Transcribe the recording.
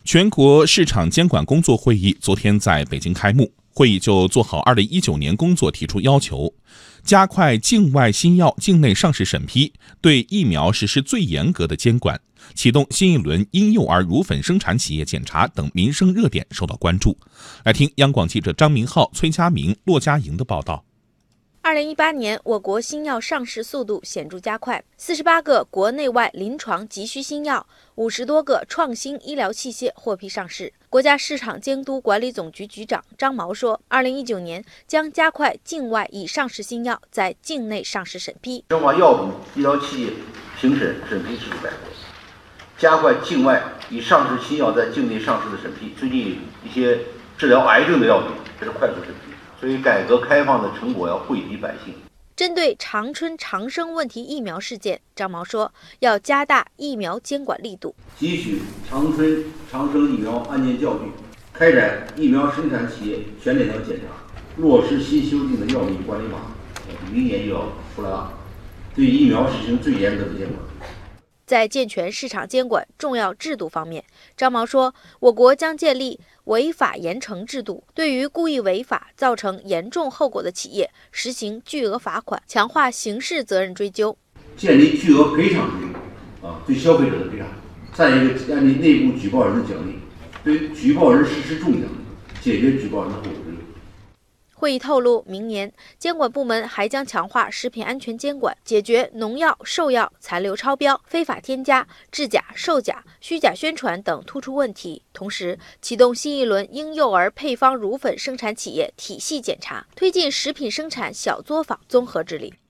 全国市场监管工作会议昨天在北京开幕，会议就做好2019年工作提出要求，加快境外新药境内上市审批，对疫苗实施最严格的监管，启动新一轮婴幼儿乳粉生产企业检查等民生热点受到关注。来听央广记者张明浩、崔佳明、骆佳莹的报道。 2018年，我国新药上市速度显著加快，48个国内外临床急需新药，50多个创新医疗器械获批上市。国家市场监督管理总局局长张毛说，2019年将加快境外已上市新药在境内上市审批， 深化药品、医疗器械评审审批制度改革，加快境外已上市新药在境内上市的审批。最近一些治疗癌症的药品，这是快速审批。所以改革开放的成果要惠及百姓。 针对长春长生问题疫苗事件，张毛说，要加大疫苗监管力度， 汲取长春长生疫苗案件教训，开展疫苗生产企业全链条检查，落实新修订的药品管理法，明年就要出来了，对疫苗实行最严格的监管。 在健全市场监管重要制度方面，张毛说，我国将建立违法严惩制度，对于故意违法造成严重后果的企业实行巨额罚款，强化刑事责任追究， 建立巨额赔偿制度，对消费者的赔偿。再一个，建立内部举报人的奖励，对举报人实施重奖，解决举报人的后果追究。 会议透露，明年监管部门还将强化食品安全监管，解决农药、兽药残留超标、非法添加、制假、售假、虚假宣传等突出问题。同时，启动新一轮婴幼儿配方乳粉生产企业体系检查，推进食品生产小作坊综合治理。